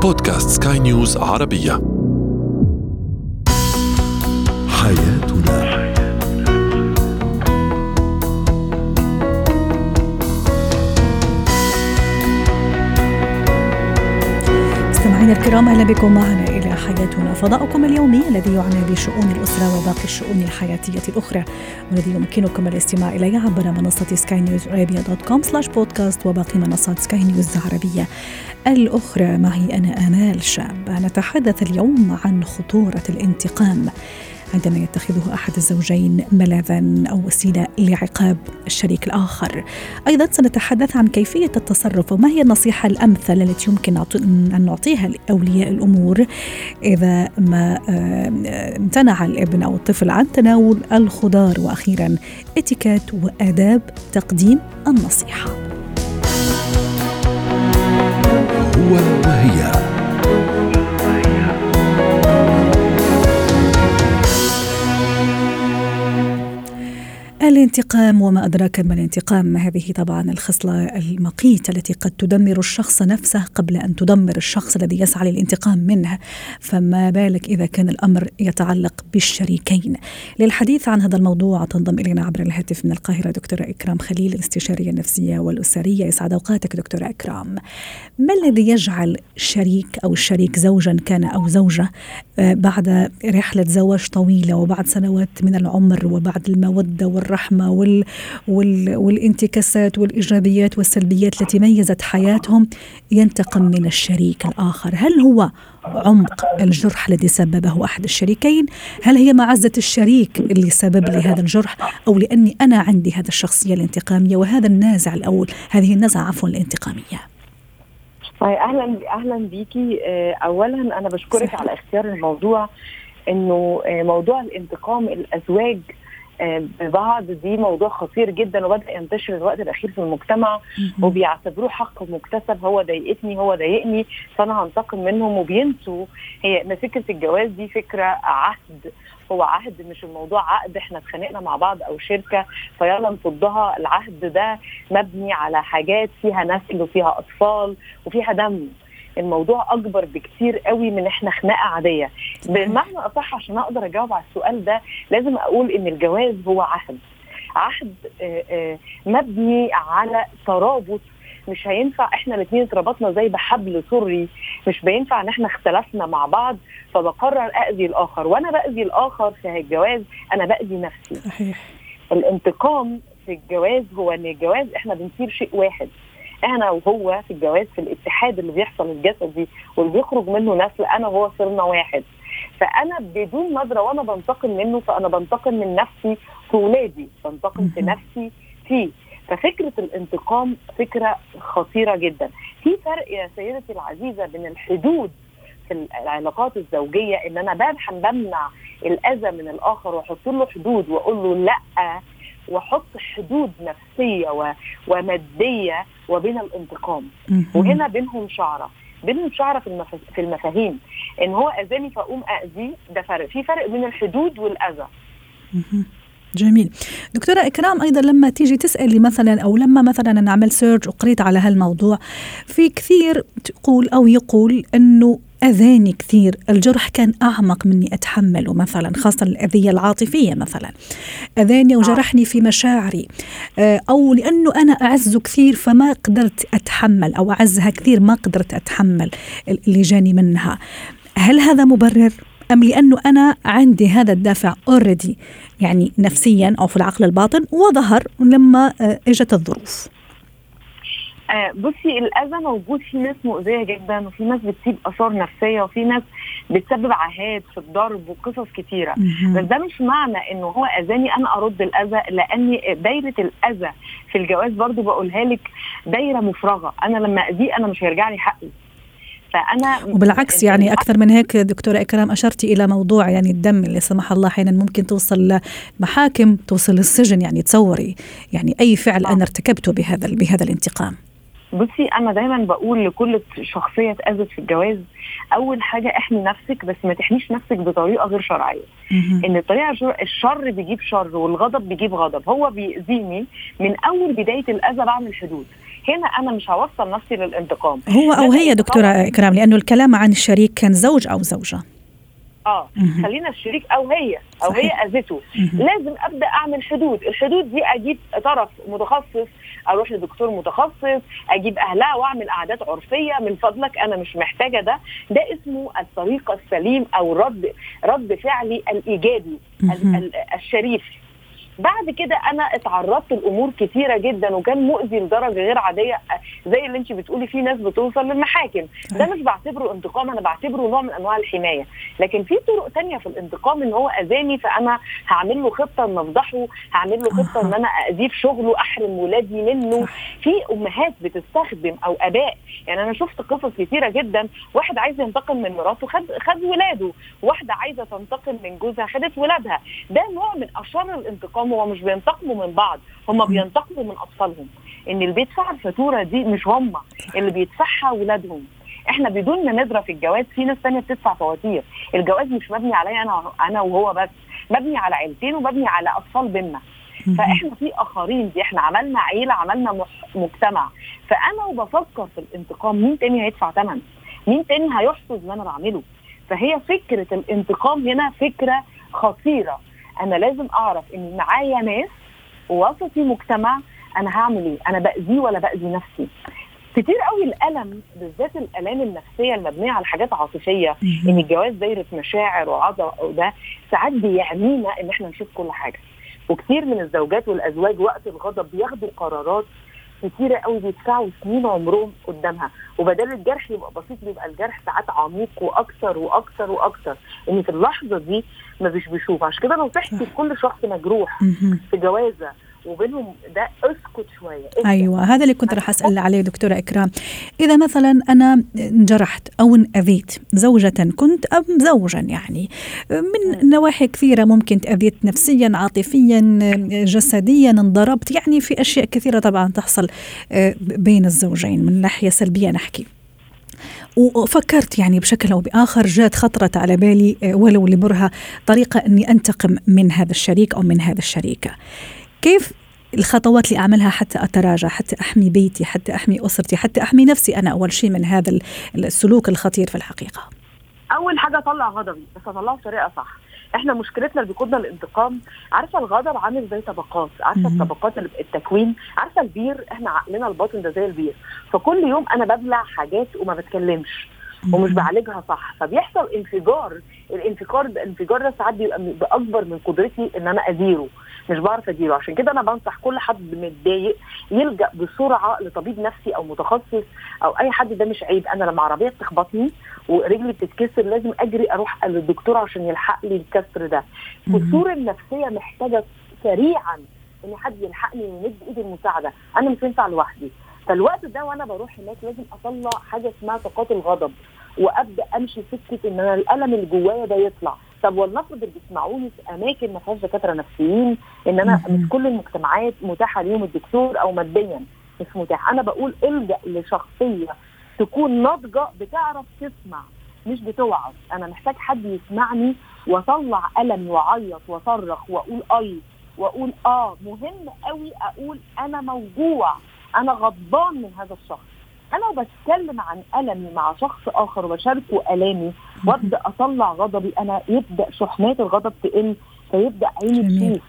بودكاست سكاي نيوز عربية. حياتنا. مستمعينا الكرام، أهلا بكم معنا إلى حياتنا، فضاؤكم اليومي الذي يعنى بشؤون الأسرة وباقي الشؤون الحياتية الأخرى، والذي يمكنكم الاستماع إليه عبر منصة skynewsarabia.com/podcast وباقي منصات سكاي نيوز العربية الأخرى. معي أنا آمال شاب. نتحدث اليوم عن خطورة الانتقام عندما يتخذه أحد الزوجين ملاذا أو وسيلة لعقاب الشريك الآخر. أيضا سنتحدث عن كيفية التصرف وما هي النصيحة الأمثل التي يمكن أن نعطيها لأولياء الأمور إذا ما امتنع الابن أو الطفل عن تناول الخضار. وأخيرا اتيكيت وآداب تقديم النصيحة. هو وهي. الانتقام وما أدراك ما الانتقام. هذه طبعا الخصلة المقيتة التي قد تدمر الشخص نفسه قبل أن تدمر الشخص الذي يسعى للانتقام منه، فما بالك إذا كان الأمر يتعلق بالشريكين. للحديث عن هذا الموضوع تنضم إلينا عبر الهاتف من القاهرة دكتورة إكرام خليل، الاستشارية النفسية والأسرية. يسعد أوقاتك دكتورة إكرام. ما الذي يجعل شريك أو الشريك زوجا كان أو زوجة بعد رحلة زواج طويلة وبعد سنوات من العمر وبعد المودة والرحمة والانتكاسات والإيجابيات والسلبيات التي ميزت حياتهم ينتقم من الشريك الآخر؟ هل هو عمق الجرح الذي سببه أحد الشريكين؟ هل هي معزة الشريك اللي سبب لي هذا الجرح، أو لأني أنا عندي هذا الشخصية الانتقامية وهذا النازع الأول، هذه النزعة الانتقامية؟ أهلا بيكي. أولا أنا بشكرك على اختيار الموضوع، إنه موضوع الانتقام الأزواج ببعض دي موضوع خطير جدا وبدأ ينتشر الوقت الأخير في المجتمع، وبيعتبروه حق مكتسب. هو ضايقتني، هو ضايقني، فأنا هنتقم منهم، وبينسوا ان فكرة الجواز دي فكرة عهد. هو عهد، مش الموضوع عقد احنا اتخانقنا مع بعض او شركة فيلا نفضها. العهد ده مبني على حاجات فيها نسل وفيها اطفال وفيها دم. الموضوع اكبر بكتير قوي من احنا خناقه عاديه. بالمعنى اصح، عشان اقدر اجاوب على السؤال ده لازم اقول ان الجواز هو عهد مبني على ترابط. مش هينفع احنا الاثنين اتربطنا زي بحبل سري، مش بينفع ان احنا اختلفنا مع بعض فبقرر اذي الاخر. وانا باذي الاخر في الجواز انا باذي نفسي. صحيح. الانتقام في الجواز هو ان الجواز احنا بنصير شيء واحد، انا وهو في الجواز، في الاتحاد اللي بيحصل الجسدي واللي بيخرج منه نسل، انا وهو صرنا واحد. فانا بدون نظره وانا بنتقم منه، فانا بنتقم من نفسي في ولادي، بنتقم في نفسي فيه. ففكره الانتقام فكره خطيره جدا. في فرق يا سيدتي العزيزه بين الحدود في العلاقات الزوجيه، ان انا بمنع الاذى من الاخر واحط له حدود واقول له لا، وحط حدود نفسية ومادية، وبين الانتقام. وهنا بينهم شعرة في المفاهيم. ان هو اذاني فاقوم اذي، ده فرق. في فرق بين الحدود والاذى. جميل. دكتورة إكرام، أيضا لما تيجي تسألي مثلا، أو لما مثلا أنا أعمل سيرج وقريت على هالموضوع، في كثير تقول أو يقول أنه أذاني كثير، الجرح كان أعمق مني أتحمله، مثلا خاصة الأذية العاطفية، مثلا أذاني وجرحني في مشاعري، أو لأنه أنا أعزه كثير فما قدرت أتحمل، أو أعزها كثير ما قدرت أتحمل اللي جاني منها. هل هذا مبرر، أم لأنه أنا عندي هذا الدافع already يعني نفسيا أو في العقل الباطن وظهر لما إجت الظروف؟ بصي، الأذى موجود. في ناس مؤذية جدا، وفي ناس بتسيب أثار نفسية، وفي ناس بتسبب عهات في الضرب وقصص كتيرة. بس ده مش معنى إنه هو أذاني أنا أرد الأذى، لأني دايرة الأذى في الجواز برضو بقولها لك دايرة مفرغة. أنا لما أذيه أنا مش هيرجع لي حقي. وبالعكس يعني أكثر من هيك دكتورة إكرام، أشرتي إلى موضوع يعني الدم اللي سمح الله أحيانا ممكن توصل لمحاكم، توصل للسجن. يعني تصوري يعني أي فعل أنا ارتكبته بهذا الانتقام. بصي، أنا دايما بقول لكل شخصية اتأذت في الجواز، أول حاجة احمي نفسك، بس ما تحميش نفسك بطريقة غير شرعية. إن الطريقة الشر بيجيب شر، والغضب بيجيب غضب. هو بيأذيني من أول بداية الأذى بعمل حدود. هنا انا مش هوصل نفسي للانتقام. هو او هي دكتوره اكرام، لانه الكلام عن الشريك كان زوج او زوجه. خلينا الشريك او هي اذته. لازم ابدا اعمل حدود. الحدود دي اجيب طرف متخصص، اروح لدكتور متخصص، اجيب اهلها واعمل قعدات عرفيه. من فضلك انا مش محتاجه ده اسمه الطريقه السليم او رد فعلي الايجابي الشريف. بعد كده انا اتعرضت لامور كثيره جدا وكان مؤذي لدرجه غير عاديه، زي اللي انت بتقولي في ناس بتوصل للمحاكم. ده مش بعتبره انتقام، انا بعتبره نوع من انواع الحمايه. لكن في طرق تانية في الانتقام، ان هو اذاني فانا هعمل له خطه ان افضحه، هعمل له خطه ان انا اذيه في شغله، احرم ولادي منه. في امهات بتستخدم او اباء، يعني انا شفت قصص كثيره جدا. واحد عايز ينتقم من مراته خد ولاده، واحده عايزه تنتقم من جوزها خدت ولادها. ده نوع من اشر الانتقام. هو مش بينتقموا من بعض، هم بينتقموا من اطفالهم. ان اللي بيدفع الفاتوره دي مش هم، اللي بيدفعها ولادهم. احنا بدون ما نضرب في الجواز في ناس تانية بتدفع فواتير. الجواز مش مبني عليا انا وهو بس، مبني على عيلتين ومبني على اطفال بينا. فاحنا في اخرين، دي احنا عملنا عيله، عملنا مجتمع. فانا وبفكر في الانتقام، مين تاني هيدفع ثمن؟ مين تاني هيحصد اللي انا بعمله؟ فهي فكره الانتقام هنا فكره خطيره. انا لازم اعرف ان معايا ناس ووسطي مجتمع، انا هعمل ايه؟ انا باذيه ولا باذي نفسي؟ كتير قوي الالم، بالذات الالام النفسيه المبنيه على حاجات عاطفيه، ان الجواز دايره مشاعر وعاطفه، وده ساعات بيعنينا ان احنا نشوف كل حاجه. وكتير من الزوجات والازواج وقت الغضب بياخدوا قرارات كتيره قوي بيدفعوا سنين عمرهم قدامها، وبدل الجرح يبقى بسيط بيبقى الجرح ساعات عميق واكتر واكتر واكتر. ان في اللحظه دي ما بيشوف. عشان كده نصيحتي لكل شخص مجروح في جوازه وبينهم ده، اسكت شويه. ايوه، هذا اللي كنت راح اسال عليه دكتوره اكرام. اذا مثلا انا انجرحت او انأذيت زوجه كنت ام زوجا، يعني من نواحي كثيره، ممكن تأذيت نفسيا، عاطفيا، جسديا، انضربت، يعني في اشياء كثيره طبعا تحصل بين الزوجين من ناحيه سلبيه نحكي. وفكرت يعني بشكل أو بآخر، جات خطرت على بالي ولو لبرهة طريقة أني أنتقم من هذا الشريك أو من هذا الشريكة. كيف الخطوات اللي أعملها حتى أتراجع، حتى أحمي بيتي، حتى أحمي أسرتي، حتى أحمي نفسي أنا أول شيء من هذا السلوك الخطير في الحقيقة؟ أول حاجة أطلع غضبي، بس أطلعه بطريقة صح. احنا مشكلتنا اللي بيقودنا الانتقام، عارفه الغضب عامل زي طبقات، عارفه الطبقات التكوين، عارفه البير، احنا عقلنا الباطن ده زي البير. فكل يوم انا ببلع حاجات وما بتكلمش ومش بعالجها صح، فبيحصل انفجار. الانفجار ده ساعات بيبقى باكبر من قدرتي ان انا اديره، مش بعرف اديره. عشان كده انا بنصح كل حد متضايق يلجأ بسرعه لطبيب نفسي او متخصص او اي حد. ده مش عيب. انا لما عربيه بتخبطني ورجلي بتتكسر لازم اجري اروح للدكتور عشان يلحق لي الكسر ده. الكسور النفسيه محتاجه سريعا ان حد يلحقني ويمد ايد المساعده، انا مش هينفع لوحدي. فالوقت ده وانا بروح هناك لازم اطلع حاجه اسمها طاقات الغضب، وابدا امشي سكه ان انا الالم اللي جوايا ده يطلع. طب ولنفرض اللي بيسمعوني في اماكن ما فيهاش دكاتره نفسيين، ان انا مش كل المجتمعات متاحه ليهم الدكتور او ماديا مش متاح. انا بقول الجا لشخصيه تكون ناضجه بتعرف تسمع مش بتوعظ. انا محتاج حد يسمعني واطلع ألمي واعيط واصرخ واقول واقول مهم قوي اقول انا موجوع، انا غضبان من هذا الشخص. انا بتكلم عن ألمي مع شخص اخر وبشاركه ألامي وابدا اطلع غضبي، انا يبدا شحنات الغضب تقل، فيبدا عيني تشوف.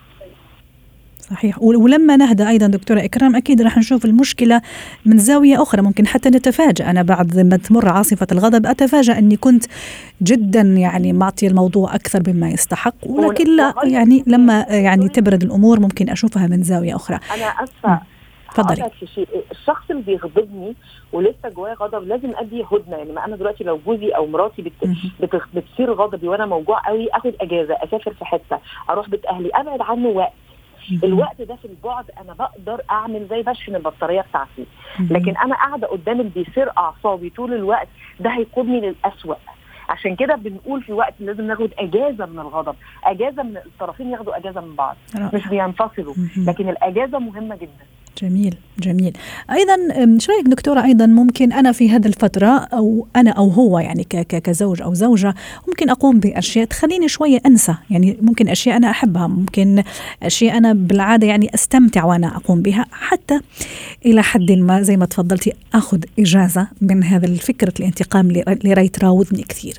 صحيح. ولما نهدى أيضا دكتورة إكرام أكيد رح نشوف المشكلة من زاوية أخرى. ممكن حتى نتفاجأ، أنا بعد ما تمر عاصفة الغضب أتفاجأ أني كنت جدا يعني معطي الموضوع أكثر مما يستحق، ولكن لا، يعني لما يعني تبرد الأمور ممكن أشوفها من زاوية أخرى. أنا أسفة تفضلي. الشخص اللي بيغضبني ولسه جوايا غضب لازم أدي هدنة. يعني ما أنا دلوقتي لو جوزي أو مراتي بتصير غضبي وأنا موجوع قوي، أخد أجازة، أسافر في حتة، أروح بيت أهلي، أبعد عنه وقت. الوقت ده في البعد انا بقدر اعمل زي بشحن البطاريه بتاعتي. لكن انا قاعده قدام اللي بيصير اعصابي طول الوقت ده هيقودني للأسوأ. عشان كده بنقول في وقت لازم ناخد اجازه من الغضب، اجازه من الطرفين، ياخدوا اجازه من بعض، مش بينفصلوا. لكن الاجازه مهمه جدا. جميل جميل. أيضا شو رأيك دكتورة، أيضا ممكن أنا في هذه الفترة أو أنا أو هو يعني كزوج أو زوجة ممكن أقوم بأشياء تخليني شوية أنسى، يعني ممكن أشياء أنا أحبها، ممكن أشياء أنا بالعادة يعني أستمتع وأنا أقوم بها، حتى إلى حد ما زي ما تفضلتي أخذ إجازة من هذا الفكرة الانتقام اللي راي تراودني كثير.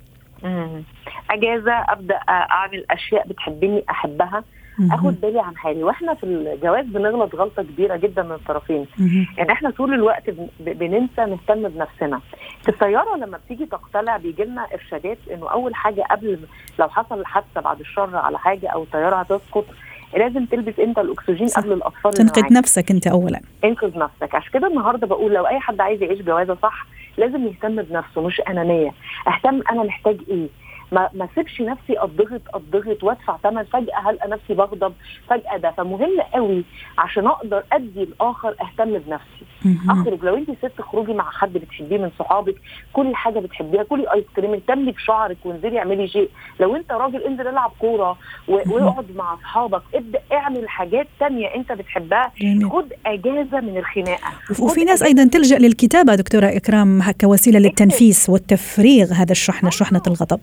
أجازة، أبدأ أعمل أشياء بتحبني أحبها، اخد بالي عن حالي. واحنا في الجواز بنغلط غلطه كبيره جدا من الطرفين، يعني احنا طول الوقت بننسى نهتم بنفسنا. في الطياره لما بتيجي تقتلع بيجي لنا ارشادات انه اول حاجه قبل لو حصل حادثه بعد الشر على حاجه او الطياره هتسقط لازم تلبس انت الاكسجين قبل الاطفال، تنقذ نفسك انت اولا، انقذ نفسك. عشان كده النهارده بقول لو اي حد عايز يعيش جوازه صح لازم يهتم بنفسه، مش انانيه. اهتم انا محتاج ايه، ما سيبش نفسي اضغط وادفع ثمن فجأة هلقى نفسي بغضب فجأة. ده فمهم قوي عشان اقدر ادي الاخر اهتم بنفسي. اخرج، لو انت ست خروجي مع حد بتحبيه من صحابك، كل حاجه بتحبيها، كلي ايس كريم، اهتمي بشعرك وانزلي اعملي شيء. لو انت راجل انزل العب كوره واقعد مع اصحابك، ابدا اعمل حاجات تانية انت بتحبها. خد اجازه من الخناقه. وفي ناس ايضا تلجأ للكتابه دكتوره اكرام كوسيله للتنفيس والتفريغ هذا شحنه الغضب.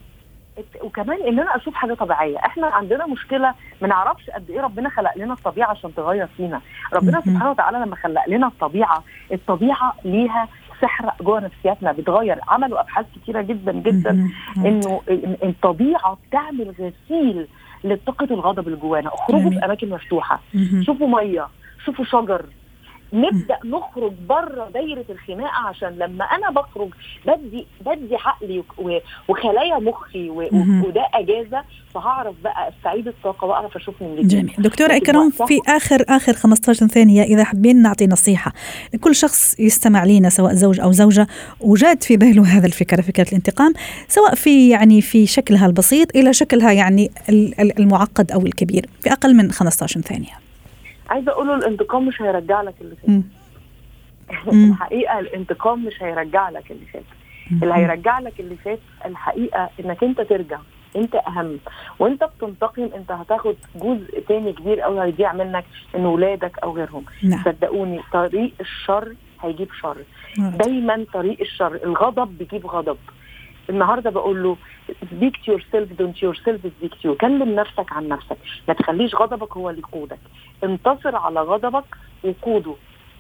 وكمان ان انا اشوف حاجه طبيعيه. احنا عندنا مشكله ما نعرفش قد ايه ربنا خلق لنا الطبيعه عشان تغير فينا. ربنا سبحانه وتعالى لما خلق لنا الطبيعه ليها سحر جوه نفسياتنا بتغير. عملوا ابحاث كتيره جدا جدا انه الطبيعه بتعمل غسيل لطاقه الغضب اللي جوانا. اخرجوا في اماكن مفتوحه، شوفوا ميه، شوفوا شجر، نبدأ نخرج بره دايرة الخناقة. عشان لما أنا بخرج بدي عقلي وخلايا مخي وده أجازة، فهعرف بقى استعيد الطاقة وأعرف أشوف من جديد. جميل. دكتورة إكرام، في آخر 15 ثانية إذا حابين نعطي نصيحة لكل شخص يستمع لينا سواء زوج أو زوجة وجاد في باله هذا فكرة الانتقام، سواء في شكلها البسيط إلى شكلها يعني المعقد أو الكبير، في أقل من 15 ثانية. عايزه اقوله الانتقام مش هيرجع لك اللي فات. الحقيقه الانتقام مش هيرجع لك اللي فات. اللي هيرجع لك اللي فات الحقيقه انك انت ترجع. انت اهم، وانت بتنتقم انت هتاخد جزء تاني كبير قوي هيضيع منك، ان ولادك او غيرهم. صدقوني طريق الشر هيجيب شر. دايما طريق الشر الغضب بيجيب غضب. النهارده بقول له speak to yourself, don't yourself speak to you. كلم نفسك عن نفسك، ما تخليش غضبك هو اللي يقودك. انتصر على غضبك وقوده.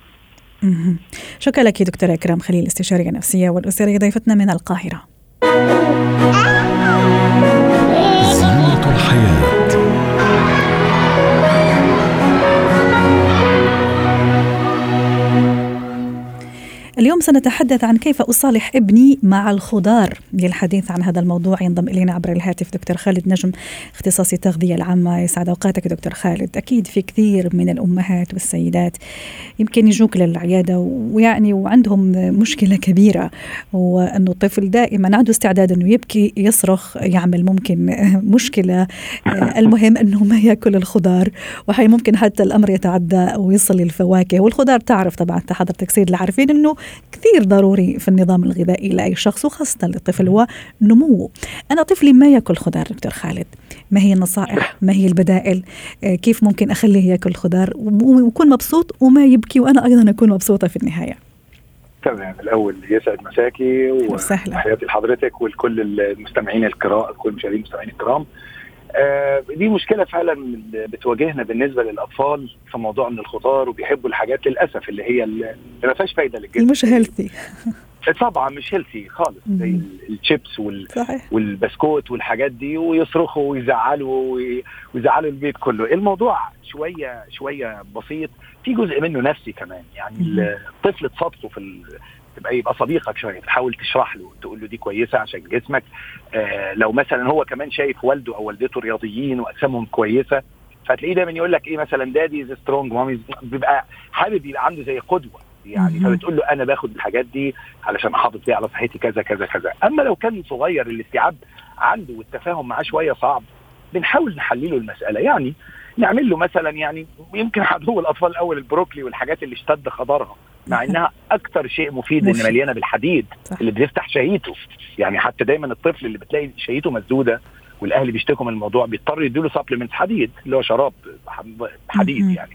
شكرا لك دكتورة إكرام خليل، استشارية نفسية والأسرية، ضيفتنا من القاهرة. زينة الحياة. اليوم سنتحدث عن كيف أصالح ابني مع الخضار. للحديث عن هذا الموضوع ينضم إلينا عبر الهاتف دكتور خالد نجم، اختصاصي التغذية العامة. يسعد أوقاتك دكتور خالد. أكيد في كثير من الأمهات والسيدات يمكن يجوك للعيادة وعندهم مشكلة كبيرة، وأنه الطفل دائما عنده استعداد أنه يبكي، يصرخ، يعمل ممكن مشكلة. المهم أنه ما يأكل الخضار، وحي ممكن حتى الأمر يتعدى ويصل للفواكه. والخضار تعرف طبعا حضرتك سيد العارفين أنه كثير ضروري في النظام الغذائي لأي شخص وخاصة للطفل ونموه. أنا طفلي ما يأكل خضار دكتور خالد، ما هي النصائح؟ ما هي البدائل؟ كيف ممكن أخليه يأكل خضار ويكون مبسوط وما يبكي وأنا أيضا أكون مبسوطة في النهاية؟ تمام. الأول يسعد مساكي وتحياتي لحضرتك ولكل المستمعين الكرام، كل المشاهدين المستمعين الكرام. دي مشكلة فعلا بتواجهنا بالنسبة للأطفال في موضوع من الخضار، وبيحبوا الحاجات للأسف اللي هي اللي ما فيهاش فايدة للجسم، مش هيلثي. طبعا مش هيلثي خالص، زي الشيبس والبسكوت والحاجات دي، ويصرخوا ويزعلوا البيت كله. الموضوع شوية بسيط، في جزء منه نفسي كمان. يعني الطفل تصادقه يبقى صديقك شويه، تحاول تشرح له، تقول له دي كويسه عشان جسمك. لو مثلا هو كمان شايف والده او والدته رياضيين واجسامهم كويسه، فتلاقيه دايما يقول لك ايه مثلا دادي از سترونج، مامي، بيبقى حابب يبقى عنده زي قدوه يعني. فبتقول له انا باخد الحاجات دي علشان احافظ بيها على صحتي كذا كذا كذا. اما لو كان صغير الاستيعاب عنده والتفاهم معاه شويه صعب، بنحاول نحلله المساله. يعني نعمل له مثلا، يعني يمكن عدو الاطفال الاول البروكلي والحاجات اللي اشتد خضرها، مع انها اكتر شيء مفيد ان مليانه بالحديد اللي بيفتح شهيته. يعني حتى دايما الطفل اللي بتلاقي شهيته مسدوده والاهل بيشتكوا من الموضوع بيضطروا يديله سبلمنت حديد، اللي هو شراب حديد يعني،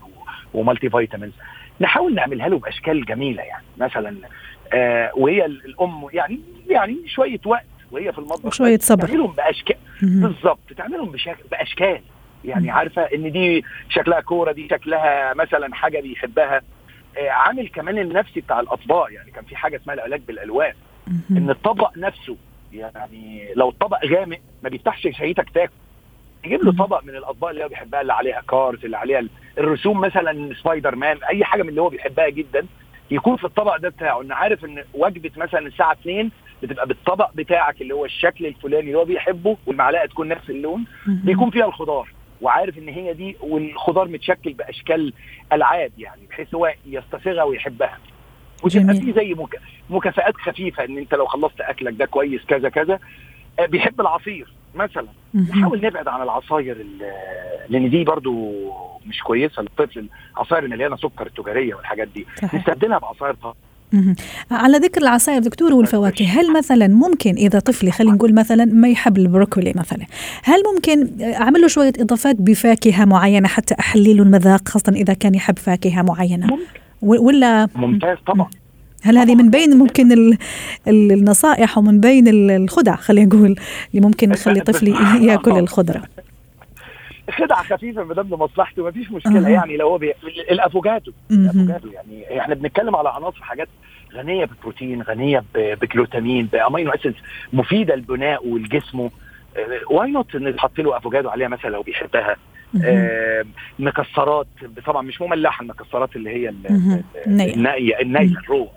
ومالتي فيتامينز، نحاول نعملها له باشكال جميله. يعني مثلا وهي الام يعني شويه وقت وهي في المطبخ، شويه صبر، تعملهم باشكال بالظبط، تعملهم باشكال. يعني عارفه ان دي شكلها كوره، دي شكلها مثلا حاجه بيحبها. عامل كمان النفسي بتاع الاطباق، يعني كان في حاجه اسمها العلاج بالالوان، ان الطبق نفسه يعني لو الطبق غامق ما بيفتحش شهيتك تاكل، يجيب له طبق من الاطباق اللي هو بيحبها، اللي عليها كارز، اللي عليها الرسوم مثلا سبايدر مان، اي حاجه من اللي هو بيحبها جدا يكون في الطبق ده بتاعه. ان عارف ان وجبه مثلا الساعه 2 بتبقى بالطبق بتاعك اللي هو الشكل الفلاني اللي هو بيحبه، والمعلقه تكون نفس اللون، بيكون فيها الخضار، وعارف ان هي دي، والخضار متشكل باشكال العاب، يعني بحيث هو يستسيغها ويحبها. وتبقى في زي مكافآت خفيفه، ان انت لو خلصت اكلك ده كويس كذا كذا. بيحب العصير مثلا، نحاول نبعد عن العصاير لان دي برضو مش كويسه للطفل، العصاير اللي مليانه سكر التجاريه والحاجات دي، نستبدلها بعصاير طبعا. على ذكر العصائر دكتور والفواكه، هل مثلا ممكن إذا طفلي خلينا نقول مثلا ما يحب البروكولي مثلا، هل ممكن أعمل له شوية إضافات بفاكهة معينة حتى أحلل المذاق، خاصة إذا كان يحب فاكهة معينة؟ ممكن. ولا ممتاز طبعا. هل هذه من بين ممكن النصائح ومن بين الخدع خلينا نقول اللي ممكن نخلي طفلي يأكل الخضرة؟ خدعة خفيفة مدام لمصلحته ما فيش مشكلة. يعني لو هو الأفوكادو يعني احنا بنتكلم على عناصر، حاجات غنية بالبروتين، غنية بجلوتامين، بأمينو أسيدز مفيدة للبناء والجسم. واي نوت نحط له أفوكادو عليها مثلا لو بيحبها. مكسرات طبعا مش مملحه، المكسرات اللي هي النية الرو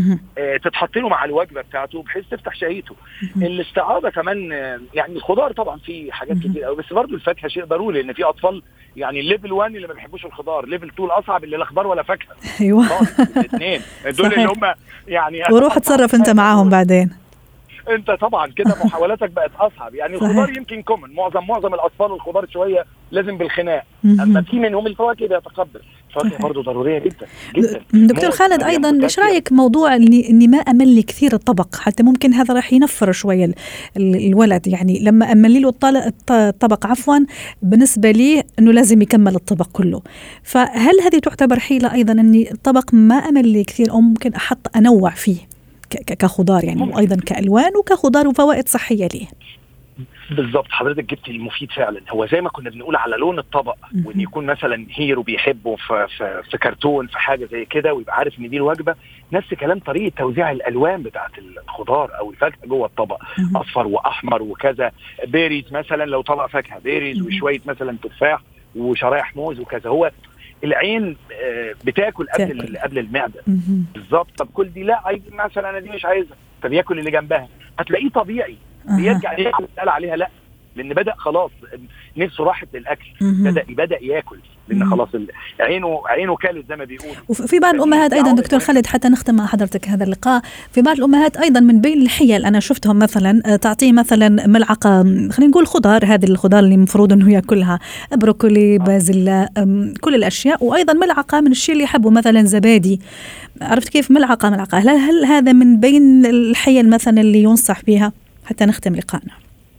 تتحط له مع الوجبه بتاعته بحيث تفتح شهيته. الاستعاضه كمان، يعني الخضار طبعا في حاجات كتير قوي، بس برضو الفاكهه شيء ضروري، لان في اطفال يعني الليفل 1 اللي ما بيحبوش الخضار، ليفل 2 الاصعب اللي لا خضار ولا فاكهه. ايوه الاثنين دول اللي هم يعني وروح اتصرف انت معاهم بعدين. انت طبعا كده محاولاتك بقت اصعب. يعني الخضار يمكن كومن، معظم الاطفال الخضار شويه لازم بالخناق، اما في منهم الفواكه بيتقبل. الفواكه برضه ضروريه جدا جدا. دكتور خالد ايضا ايش رايك موضوع اني ما املي كثير الطبق، حتى ممكن هذا راح ينفر شويه الولد، يعني لما املي له الطبق بالنسبه لي انه لازم يكمل الطبق كله. فهل هذه تعتبر حيله ايضا اني الطبق ما املي كثير، او ممكن احط انوع فيه كخضار يعني، وايضا كالوان وكخضار وفوائد صحيه ليه؟ بالضبط، حضرتك جبت المفيد فعلا. هو زي ما كنا بنقول على لون الطبق، وان يكون مثلا هيرو بيحبه في كرتون، في حاجه زي كده، ويبقى عارف ان دي الوجبه. نفس كلام طريقه توزيع الالوان بتاعه الخضار او الفاكهه جوه الطبق، اصفر واحمر وكذا. بيريز مثلا، لو طبق فاكهه بيريز وشويه مثلا تفاح وشرايح موز وكذا. هو العين بتاكل قبل المعده. بالظبط. طب كل دي لا، مثلا انا دي مش عايزها، طب ياكل اللي جنبها، هتلاقيه طبيعي بيرجع يسال عليها لا، لان بدا خلاص نفسه راحت للاكل، بدا ياكل، لان خلاص عينه كالت زي ما بيقولوا. وفي بعض الامهات ايضا دكتور خالد، حتى نختم مع حضرتك هذا اللقاء، في بعض الامهات ايضا من بين الحيل انا شفتهم مثلا تعطيه مثلا ملعقه خلينا نقول خضار، هذه الخضار اللي المفروض انه ياكلها، بروكولي، بازلاء، كل الاشياء، وايضا ملعقه من الشيء اللي يحبه مثلا زبادي. عرفت كيف؟ ملعقه. هل هذا من بين الحيل مثلا اللي ينصح بها حتى نختم لقائنا؟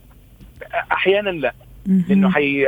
احيانا لا، لانه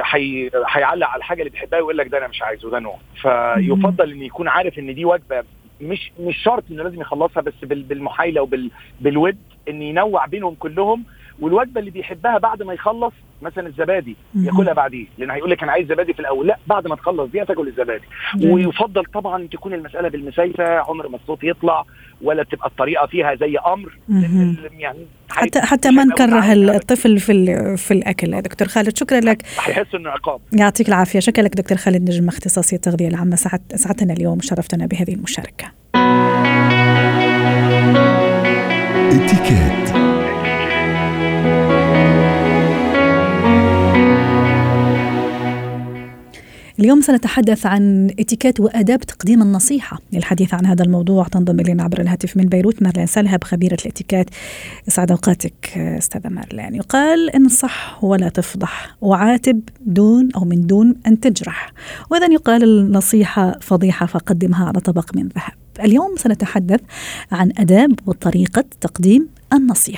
هيعلق على الحاجه اللي بيحبها ويقول لك ده انا مش عايزه، ده نوع. فيفضل ان يكون عارف ان دي وجبه مش شرط انه لازم يخلصها، بس بالمحايله وبالود ان ينوع بينهم كلهم. والوجبه اللي بيحبها بعد ما يخلص مثلا الزبادي ياكلها بعديه، لان هيقول لك انا عايز زبادي في الاول، لا بعد ما تخلص دي تاكل الزبادي. ويفضل طبعا تكون المساله بالمسايفه، عمر ما الصوت يطلع ولا تبقى الطريقه فيها زي امر، يعني حتى ما نكره الطفل في الاكل. يا دكتور خالد شكرا لك، هيحس انه عقاب. يعطيك العافيه. شكرا لك دكتور خالد نجم، اختصاصي التغذيه العامه، سعدتنا اليوم وشرفتنا بهذه المشاركه. اتيكيت. اليوم سنتحدث عن اتيكيت وآداب تقديم النصيحة. للحديث عن هذا الموضوع تنضم إلينا عبر الهاتف من بيروت مارلين سالهب، خبيرة الاتيكيت. يسعد أوقاتك أستاذة مارلين. يقال انصح ولا تفضح، وعاتب من دون أن تجرح، وإذا يقال النصيحة فضيحة فقدمها على طبق من ذهب. اليوم سنتحدث عن آداب وطريقة تقديم النصيحة.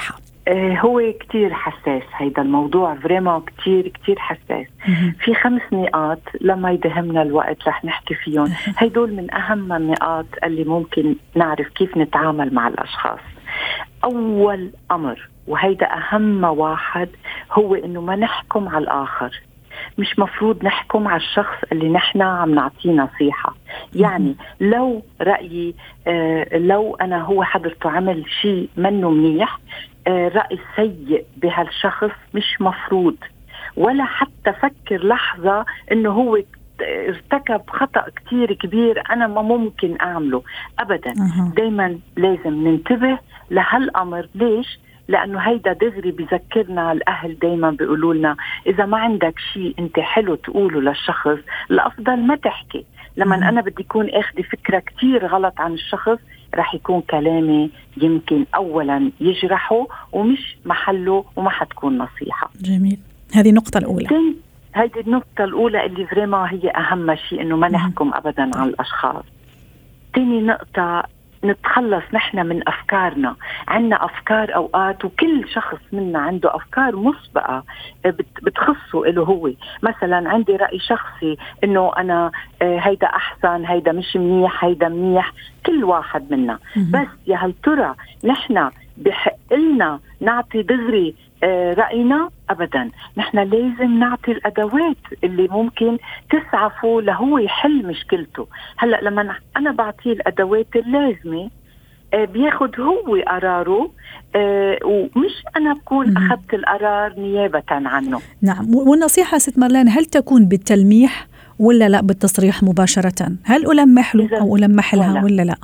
هو كتير حساس هيدا الموضوع، فريما كتير حساس. في 5 نقاط لما يدهمنا الوقت رح نحكي فيهم. هيدول من أهم النقاط اللي ممكن نعرف كيف نتعامل مع الأشخاص. أول أمر وهيدا أهم واحد هو إنه ما نحكم على الآخر. مش مفروض نحكم على الشخص اللي نحن عم نعطيه نصيحة. يعني لو رأيي لو أنا هو حضرته عمل شيء منه منيح، رأي سيء بهالشخص مش مفروض ولا حتى فكر لحظة إنه هو ارتكب خطأ كتير كبير أنا ما ممكن أعمله أبدا. دايما لازم ننتبه لهالأمر. ليش؟ لأنه هيدا دغري بذكرنا الأهل دايما بيقولوا لنا إذا ما عندك شيء أنت حلو تقوله للشخص الأفضل ما تحكي. لما أنا بدي يكون أخذي فكرة كتير غلط عن الشخص رح يكون كلامي يمكن أولا يجرحه ومش محله وما حتكون نصيحة. جميل، هذه النقطة الأولى. هذه النقطة الأولى اللي فريما هي أهم شيء، إنه ما نحكم أبدا عن الأشخاص. تاني نقطة نتخلص نحن من أفكارنا. عنا أفكار أوقات وكل شخص منا عنده أفكار مسبقة بتخصه إله هو. مثلا عندي رأي شخصي إنه أنا هيدا أحسن، هيدا مش منيح، هيدا منيح، كل واحد منا. بس يا هل ترى نحن بحق لنا نعطي دغري رأينا؟ أبدا. نحن لازم نعطي الأدوات اللي ممكن تسعفه لهو يحل مشكلته. هلأ لما أنا بعطيه الأدوات اللازمة بياخد هو قراره، ومش أنا بكون أخذت القرار نيابة عنه. نعم. والنصيحة ست مارلين هل تكون بالتلميح ولا لا بالتصريح مباشرة؟ هل ألمح له أو ألمح لها ولا لا؟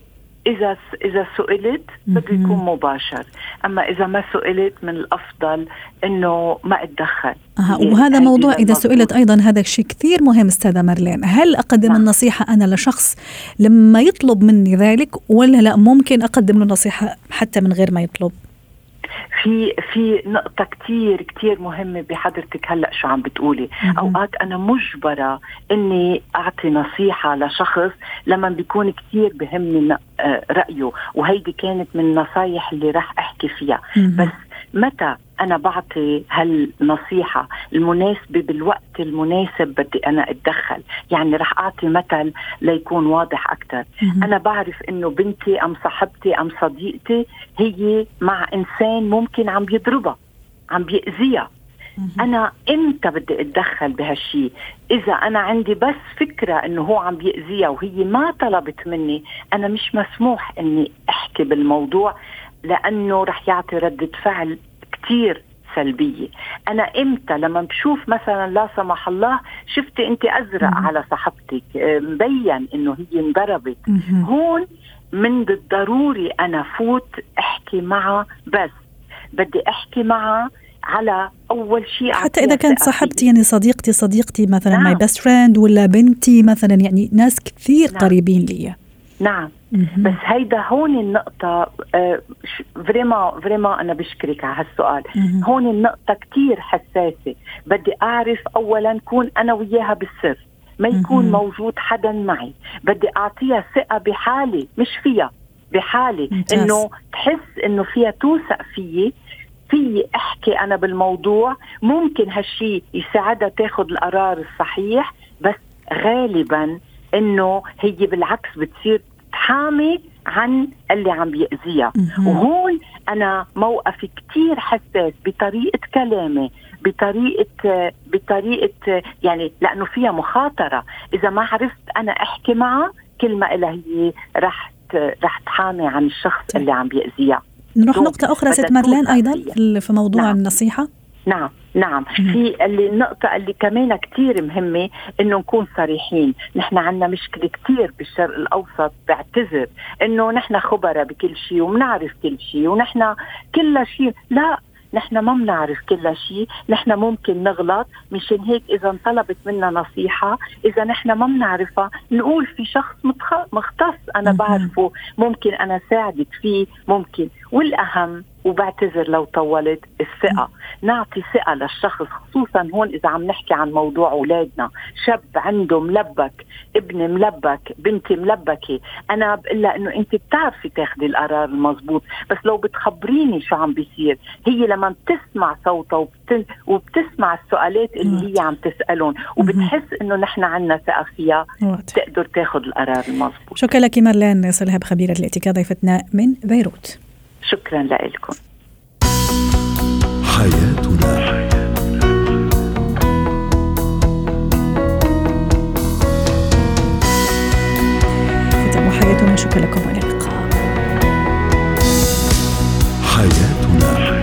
إذا سئلت بده يكون مباشر، أما إذا ما سئلت من الأفضل إنه ما أتدخل. وهذا موضوع إذا سئلت أيضا هذا الشيء كثير مهم أستاذة مارلين. هل أقدم النصيحة أنا لشخص لما يطلب مني ذلك ولا لا ممكن أقدم له نصيحة حتى من غير ما يطلب؟ في نقطة كتير مهمة بحضرتك هلأ شو عم بتقولي. أوقات أنا مجبرة إني أعطي نصيحة لشخص لما بيكون كتير بهمني رأيه، وهيدي كانت من النصايح اللي راح أحكي فيها. بس متى أنا بعطي هالنصيحة المناسبة بالوقت المناسب بدي أنا أتدخل. يعني رح أعطي مثل ليكون واضح أكتر. أنا بعرف إنه بنتي أم صاحبتي أم صديقتي هي مع إنسان ممكن عم بيضربها، عم بيأذيها. أنا إمتى بدي أتدخل بهالشي؟ إذا أنا عندي بس فكرة إنه هو عم بيأذيها وهي ما طلبت مني، أنا مش مسموح إني أحكي بالموضوع، لأنه رح يعطي ردة فعل كتير سلبية. أنا إمتى لما بشوف مثلا لا سمح الله شفتي أنت أزرق على صاحبتك مبين إنه هي انضربت، هون من الضروري أنا فوت أحكي معها. بس بدي أحكي معها على أول شيء حتى إذا كانت صاحبتي يعني صديقتي مثلا my best friend ولا بنتي مثلا، يعني ناس كثير قريبين لي. نعم. بس هيدا هون النقطة. فريما أنا بشكرك على هالسؤال. هون النقطة كتير حساسة. بدي أعرف أولا كون أنا وياها بالسر، ما يكون موجود حدا معي. بدي أعطيها ثقة بحالي، مش فيها، بحالي. إنه تحس إنه فيها توثق فيي، في أحكي أنا بالموضوع. ممكن هالشي يساعدها تاخد القرار الصحيح، بس غالبا إنه هي بالعكس بتصير تحامي عن اللي عم بيأذيها. وهون أنا موقفي كتير حساس بطريقة كلامي، بطريقة يعني لأنه فيها مخاطرة. إذا ما عرفت أنا أحكي معها كلمة إلها هي رح تحامي عن الشخص اللي عم بيأذيها. نروح نقطة أخرى ست مارلين أيضا في موضوع النصيحة. نعم. في النقطة اللي كمان كتير مهمة إنه نكون صريحين. نحن عنا مشكلة كتير بالشرق الأوسط، بعتذر إنه نحن خبرة بكل شيء ومنعرف كل شيء ونحن كل شيء. لا، نحن ما بنعرف كل شيء، نحن ممكن نغلط. مشان هيك إذا طلبت منا نصيحة، إذا نحن ما بنعرفها نقول في شخص مختص أنا بعرفه، ممكن أنا ساعدك فيه، ممكن. والأهم وبعتذر لو طولت. الثقة، نعطي ثقة للشخص، خصوصا هون إذا عم نحكي عن موضوع أولادنا. شاب عنده ملبك، ابن ملبك، بنتي ملبكة، أنا بقولها إنه أنت بتعرفي تاخدي القرار المزبوط، بس لو بتخبريني شو عم بيصير. هي لما بتسمع صوته وبتسمع السؤالات اللي هي عم تسألون وبتحس إنه نحن عنا ثقة فيها، تقدر تاخد القرار المزبوط. شكرا لك مارلين صلهب، خبيرة الاتيكيت، ضيفتنا من بيروت. شكرا لكم. حياتنا. حياتنا، شكرا لكم والى اللقاء. حياتنا.